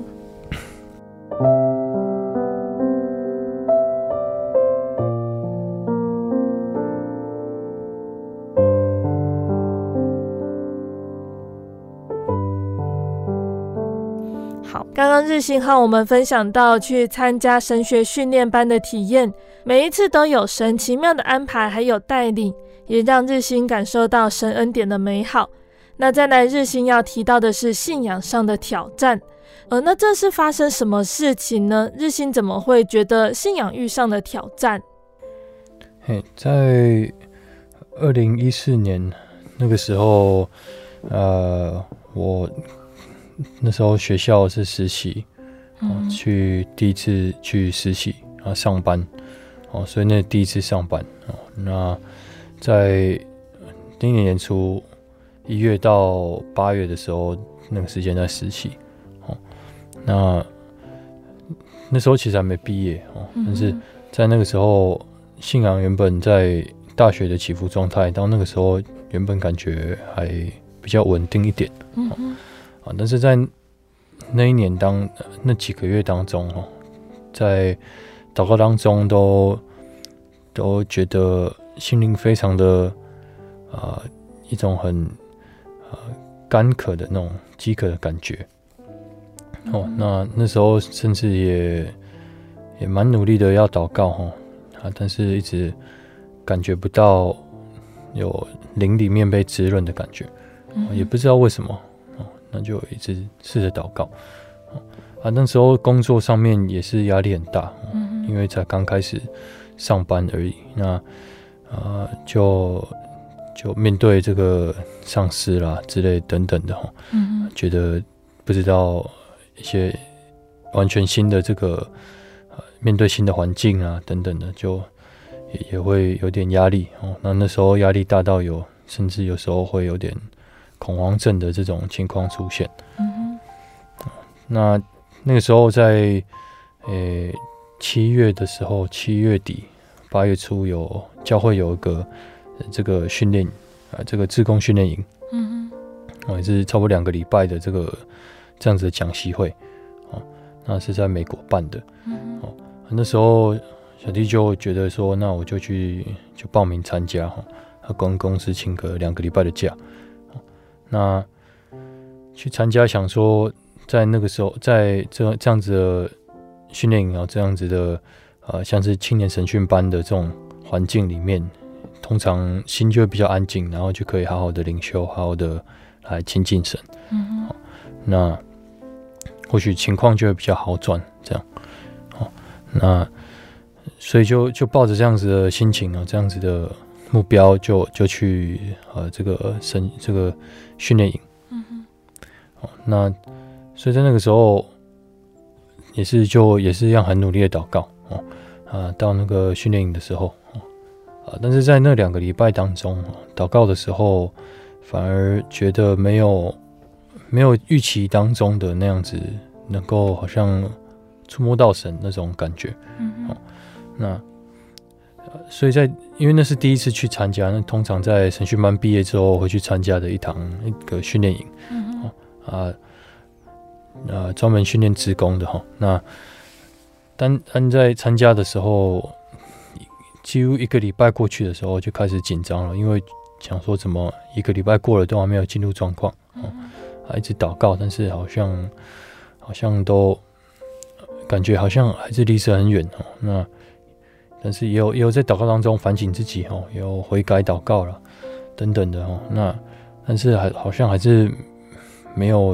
好，刚刚日新和我们分享到去参加神学训练班的体验，每一次都有神奇妙的安排还有带领，也让日新感受到神恩典的美好。那再来日新要提到的是信仰上的挑战，呃，那这是发生什么事情呢？日新怎么会觉得信仰遇上的挑战？ 嘿，在二零一四年那个时候，呃，我那时候学校是实习，嗯，去第一次去实习啊上班，哦，所以那第一次上班哦，那在今年年初一月到八月的时候，那个时间在实习，哦，那那时候其实还没毕业哦，但是在那个时候，信仰原本在大学的起伏状态，到那个时候原本感觉还比较稳定一点，哦，嗯啊，但是在那一年当那几个月当中，哦，在祷告当中都都觉得心灵非常的啊，呃、一种很呃干渴的那种饥渴的感觉。哦，那那时候甚至也也蛮努力的要祷告哦，啊，但是一直感觉不到有灵里面被滋润的感觉，哦，也不知道为什么。那就一直试着祷告，啊，那时候工作上面也是压力很大，嗯，因为才刚开始上班而已。那呃，就就面对这个上司啦之类等等的，嗯，觉得不知道一些完全新的这个，呃，面对新的环境啊等等的，就也也会有点压力哦。那那时候压力大到有，甚至有时候会有点恐慌症的这种情况出现，嗯，那那个时候在诶七月的时候，七月底八月初有教会有一个、呃、这个训练啊，这个志工训练营，嗯哼，哦，也是差不多两个礼拜的这个这样子的讲习会，哦，那是在美国办的，嗯，哦，那时候小弟就觉得说，那我就去就报名参加哈，他跟公司请个两个礼拜的假。那去参加，想说在那个时候，在这这样子的训练营啊，这样子的呃，像是青年神训班的这种环境里面，通常心就会比较安静，然后就可以好好的灵修，好好的来亲近神。嗯，那或许情况就会比较好转，这样。好，那所以就就抱着这样子的心情啊，这样子的目标就就去呃这个神这个训练营，嗯哼，哦，那所以在那个时候也是就也是一样很努力的祷告哦，啊，到那个训练营的时候，哦，啊，但是在那两个礼拜当中，哦，祷告的时候反而觉得没有没有预期当中的那样子，能够好像触摸到神那种感觉，嗯哼，哦，那。所以在因为那是第一次去参加，那通常在神训班毕业之后会去参加的一堂一个训练营，嗯，哦，啊啊专门训练志工的哈。那单单在参加的时候，几乎一个礼拜过去的时候就开始紧张了，因为想说怎么一个礼拜过了都还没有进入状况，哦，啊一直祷告，但是好像好像都感觉好像还是离神很远哦。那但是也有也有在祷告当中反省自己哦，也有悔改祷告了等等的哦。那但是还好像还是没有，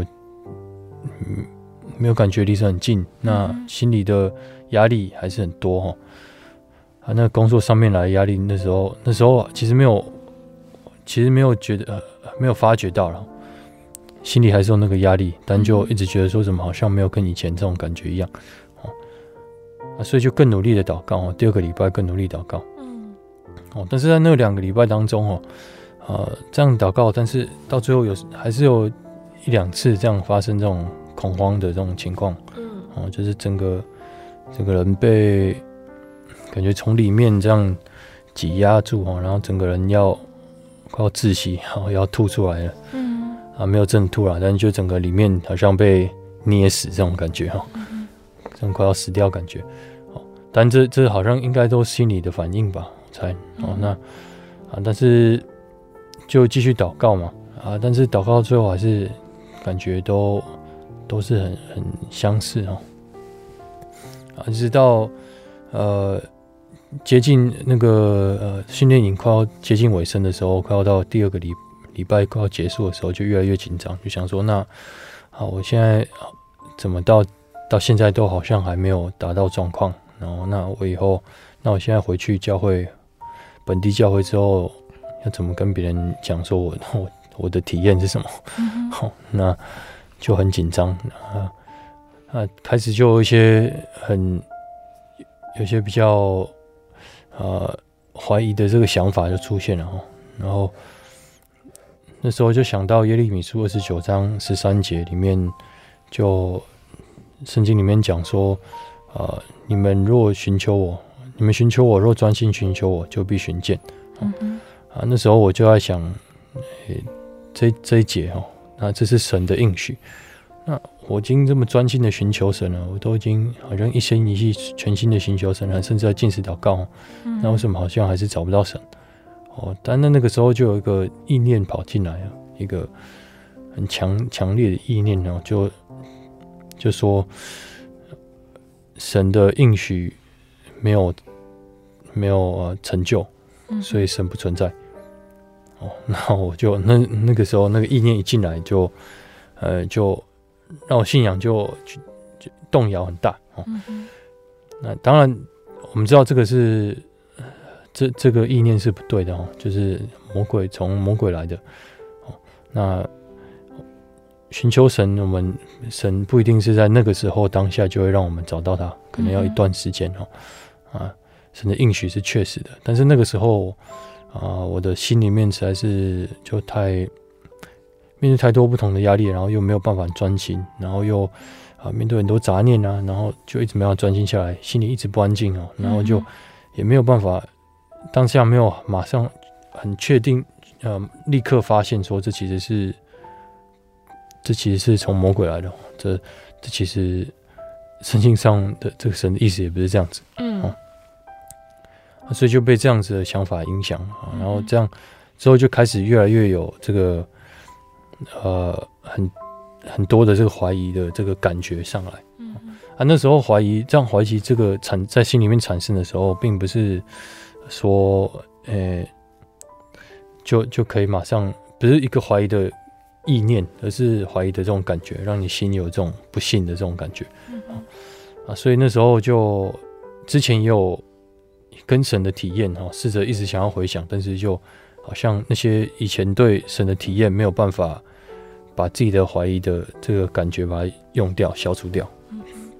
嗯，没有感觉离神很近，那心里的压力还是很多哦。 啊，那工作上面来的压力，那时候那时候其实没有，其实没有觉得、呃、没有发觉到了，心里还是有那个压力，但就一直觉得说怎么好像没有跟以前这种感觉一样，哦，啊，所以就更努力的祷告哦，第二个礼拜更努力祷告，嗯，哦，但是在那两个礼拜当中哦，呃，这样祷告，但是到最后有还是有一两次这样发生这种恐慌的这种情况，嗯，哦，就是整个整个人被感觉从里面这样挤压住哦，然后整个人要快要窒息，然后要吐出来了，嗯，啊，没有真的吐了，但是就整个里面好像被捏死这种感觉哈，嗯，这样快要死掉感觉，哦，但这这好像应该都是心理的反应吧，我猜，哦，那啊，但是就继续祷告嘛，啊，但是祷告最后还是感觉都都是很很相似哦，啊，直到呃。接近那个呃训练营快要接近尾声的时候，快要到第二个礼礼拜快要结束的时候，就越来越紧张，就想说那好，我现在怎么到到现在都好像还没有达到状况，然后那我以后那我现在回去教会本地教会之后，要怎么跟别人讲说我我我的体验是什么？嗯、好，那就很紧张啊啊，开始就有一些很有些比较。呃，怀疑的这个想法就出现了哈，然后那时候就想到耶利米书二十九章十三节里面，就圣经里面讲说，呃，你们若寻求我，你们寻求我，若专心寻求我，就必寻见。嗯、啊，那时候我就在想，欸、这这一节哦，那这是神的应许。那我已经这么专心的寻求神了，我都已经好像一心一意全心的寻求神了，甚至在禁食祷告，嗯、那为什么好像还是找不到神？哦，但那那个时候就有一个意念跑进来了，一个很强强烈的意念哦，就就说神的应许没有没有、呃、成就，所以神不存在。哦，然后我就那那个时候那个意念一进来就，呃就。让我信仰就就就动摇很大哦。嗯、那当然，我们知道这个是这这个意念是不对的哦，就是魔鬼从魔鬼来的哦。那寻求神，我们神不一定是在那个时候当下就会让我们找到他，可能要一段时间哦。嗯、啊，神的应许是确实的，但是那个时候啊，我的心里面实在是就太。面对太多不同的压力，然后又没有办法专心，然后又啊面对很多杂念啊，然后就一直没有专心下来，心里一直不安静哦，然后就也没有办法，当下没有马上很确定，呃，立刻发现说这其实是这其实是从魔鬼来的，这这其实圣经上的这个神的意思也不是这样子，嗯，哦，所以就被这样子的想法影响啊，然后这样之后就开始越来越有这个。呃，很很多的这个怀疑的这个感觉上来，嗯啊，那时候怀疑，这样怀疑这个产在心里面产生的时候，并不是说，呃，就就可以马上，不是一个怀疑的意念，而是怀疑的这种感觉，让你心有这种不信的这种感觉，嗯、啊，所以那时候就之前也有跟神的体验哈，试着一直想要回想，但是就。好像那些以前对神的体验没有办法把自己的怀疑的这个感觉把它用掉、消除掉。嗯、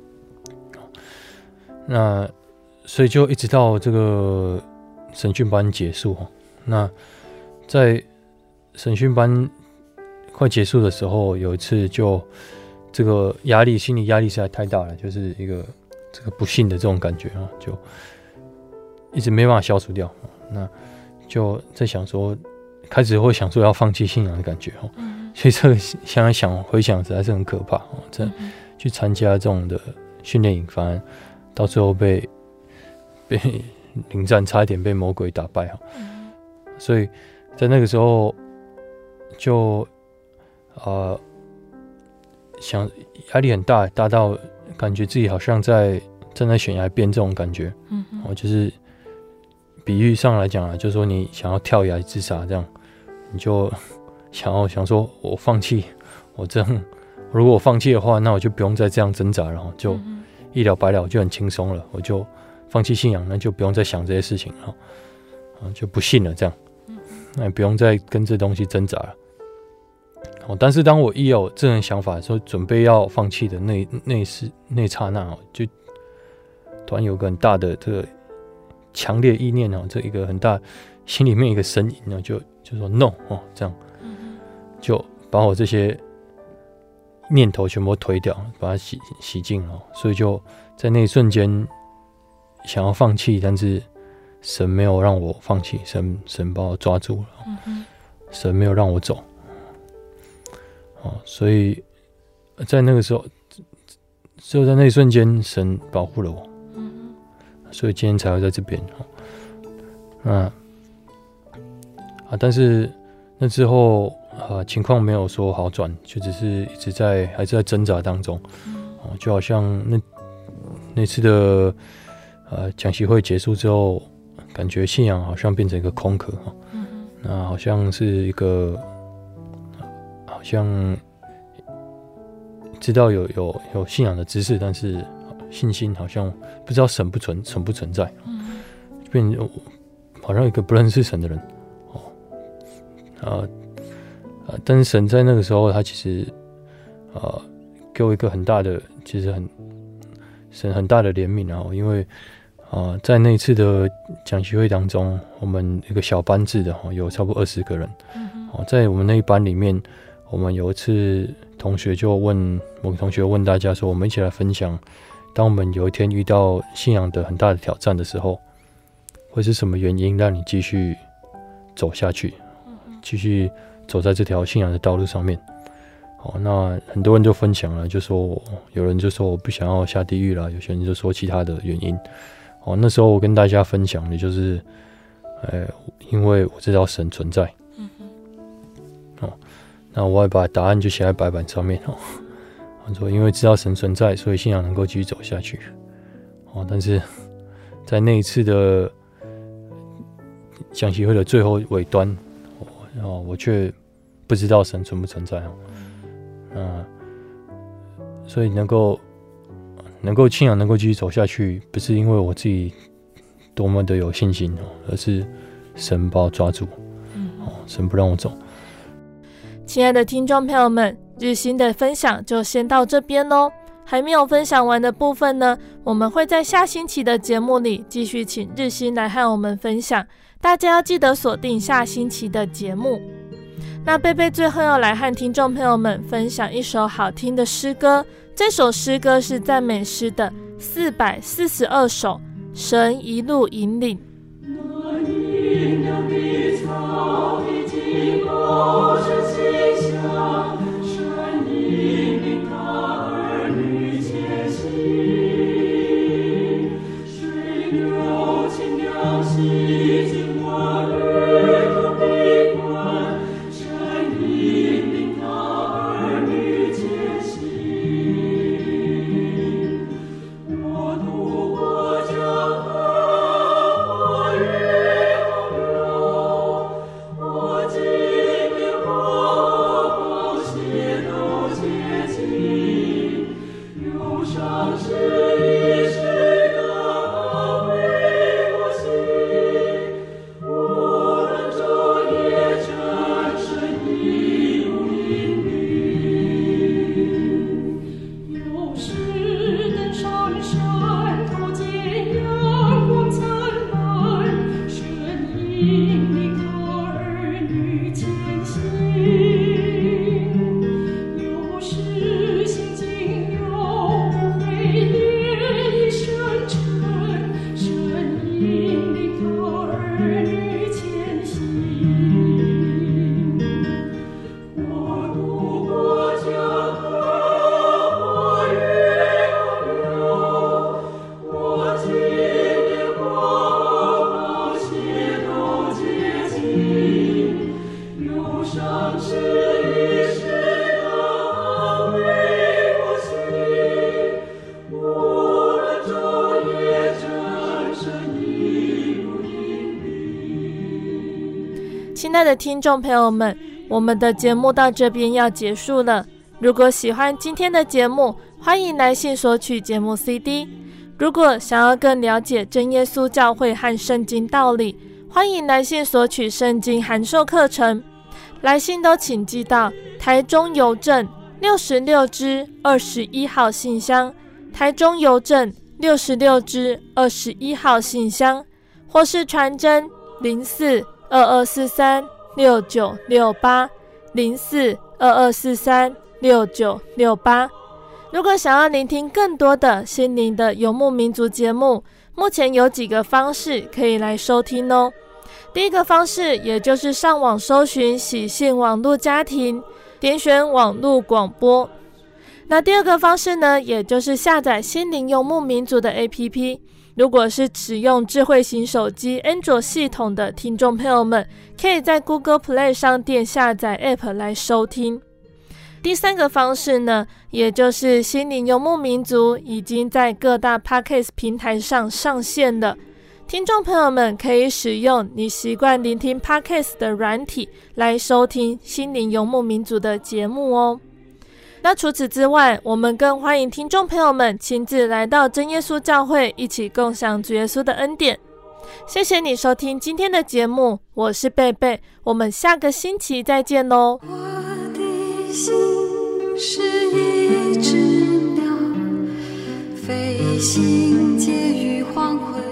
那所以就一直到这个审讯班结束。那在审讯班快结束的时候，有一次就这个压力、心理压力实在太大了，就是一个这个不幸的这种感觉啊，就一直没办法消除掉。那就在想说，开始会想说要放弃信仰的感觉哦，嗯、所以这个现在想回想实在是很可怕哦。这去参加这种的训练营，反而到最后被被临战，差一点被魔鬼打败哦。嗯、所以在那个时候就呃想压力很大，大到感觉自己好像在站在悬崖边这种感觉，嗯、哦，就是。比喻上来讲啊，就是说你想要跳崖自杀，这样你就想要想说，我放弃，我这样，如果我放弃的话，那我就不用再这样挣扎了，然后就一了百了，就很轻松了，我就放弃信仰，那就不用再想这些事情了，啊，就不信了这样，那也不用再跟这东西挣扎了。哦，但是当我一有这种想法的时候，准备要放弃的那那时那刹那哦，就突然有个很大的这个强烈意念哦，这一个很大心里面一个声音呢，就就说 no 哦，这样，就把我这些念头全部推掉，把它洗洗净了。所以就在那一瞬间想要放弃，但是神没有让我放弃，神神把我抓住了，嗯、神没有让我走。哦，所以在那个时候，只有在那一瞬间，神保护了我。嗯、所以今天才会在这边。那啊，但是那之后啊，情况没有说好转，就只是一直在还是在挣扎当中。哦，就好像那那次的呃讲习会结束之后，感觉信仰好像变成一个空壳。嗯、那好像是一个。好像知道有有有信仰的知识，但是信心好像不知道神不存存不存在，嗯、变成好像一个不认识神的人哦，啊啊！但是神在那个时候，他其实啊给我一个很大的，其实很神很大的怜悯啊，因为啊在那一次的讲习会当中，我们一个小班制的哦，有差不多二十个人，嗯、哦，在我们那一班里面。我们有一次，同学就问某个同学问大家说：“我们一起来分享，当我们有一天遇到信仰的很大的挑战的时候，会是什么原因让你继续走下去，继续走在这条信仰的道路上面？”哦，那很多人就分享了，就说有人就说我不想要下地狱了，有些人就说其他的原因。哦，那时候我跟大家分享的就是，呃，因为我知道神存在。哦。那我也把答案就写在白板上面哦。他说，因为知道神存在，所以信仰能够继续走下去。哦，但是在那一次的讲习会的最后尾端，哦，我却不知道神存不存在哦。嗯，所以能够能够信仰能够继续走下去，不是因为我自己多么的有信心哦，而是神把我抓住，哦，神不让我走。 亲爱的听众朋友们，日新的分享就先到这边咯。还没有分享完的部分呢，我们会在下星期的节目里继续请日新来和我们分享，大家要记得锁定下星期的节目。那贝贝最后要来和听众朋友们分享一首好听的诗歌，这首诗歌是赞美诗的四百四十二首，神一路引领。 那阴凉的草已经过是馨香，神引领他儿女前行，水流清凉洗净我日头的光，神引领他儿女前行。我渡过江河，我越过流，我经历过暴血都洁净，忧伤是一时的为我心，无论昼夜真神一路引领。有时登上山头见阳光灿烂，神引领他儿女前行。有时心境有不会烈意深沉，神引领他儿女前行。我渡过江河，我越过流，我经历过暴血都洁净，忧伤是一时的安慰我心，无论昼夜真神一路引领。 亲爱的听众朋友们，我们的节目到这边要结束了。如果喜欢今天的节目，欢迎来信索取节目 C D。 如果想要更了解真耶稣教会和圣经道理，欢迎来信索取圣经函授课程。来信都请寄到台中邮政六十六支二十一号信箱，台中邮政六十六支二十一号信箱，或是传真零四二二四三六九六八零四二二四三六九六八。如果想要聆听更多的心灵的游牧民族节目，目前有几个方式可以来收听哦。第一个方式，也就是上网搜寻喜信网络家庭，点选网络广播。那第二个方式呢，也就是下载心灵游牧民族的 A P P。如果是使用智慧型手机 Android 系统的听众朋友们，可以在 Google Play 商店下载 App 来收听。第三个方式呢，也就是心灵游牧民族已经在各大 Podcast 平台上上线了，听众朋友们可以使用你习惯聆听 Podcast 的软体来收听心灵游牧民族的节目哦。那除此之外，我们更欢迎听众朋友们亲自来到真耶稣教会，一起共享主耶稣的恩典。谢谢你收听今天的节目，我是贝贝，我们下个星期再见咯。 我的心是一只鸟，飞行介于黄昏